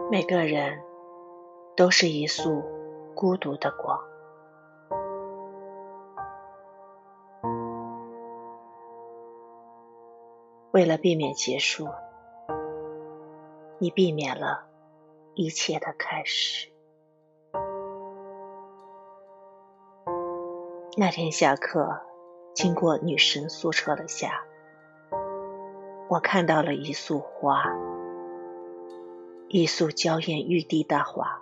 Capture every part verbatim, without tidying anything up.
每个人都是一束孤独的光。为了避免结束，你避免了一切的开始。那天下课，经过女生宿舍的下，我看到了一束花，一束娇艳欲滴的花，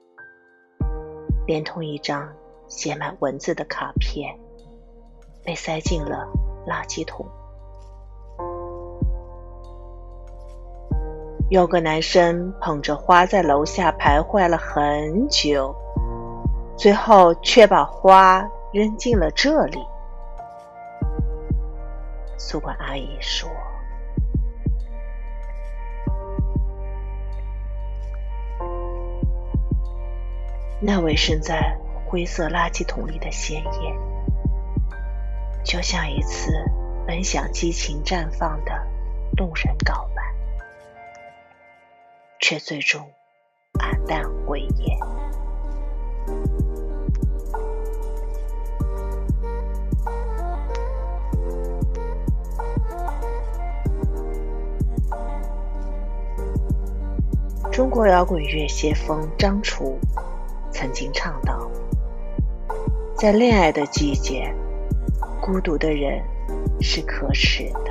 连同一张写满文字的卡片，被塞进了垃圾桶。有个男生捧着花在楼下徘徊了很久，最后却把花扔进了这里。宿管阿姨说，那尾生在灰色垃圾桶里的鲜艳，就像一次本想激情绽放的动人告白，却最终黯淡灰烟。中国摇滚乐先锋张楚曾经唱道，在恋爱的季节，孤独的人是可耻的。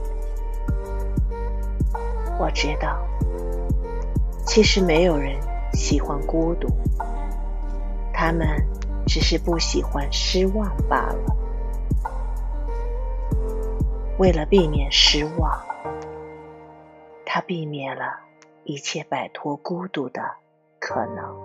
我知道，其实没有人喜欢孤独，他们只是不喜欢失望罢了。为了避免失望，他避免了一切摆脱孤独的可能。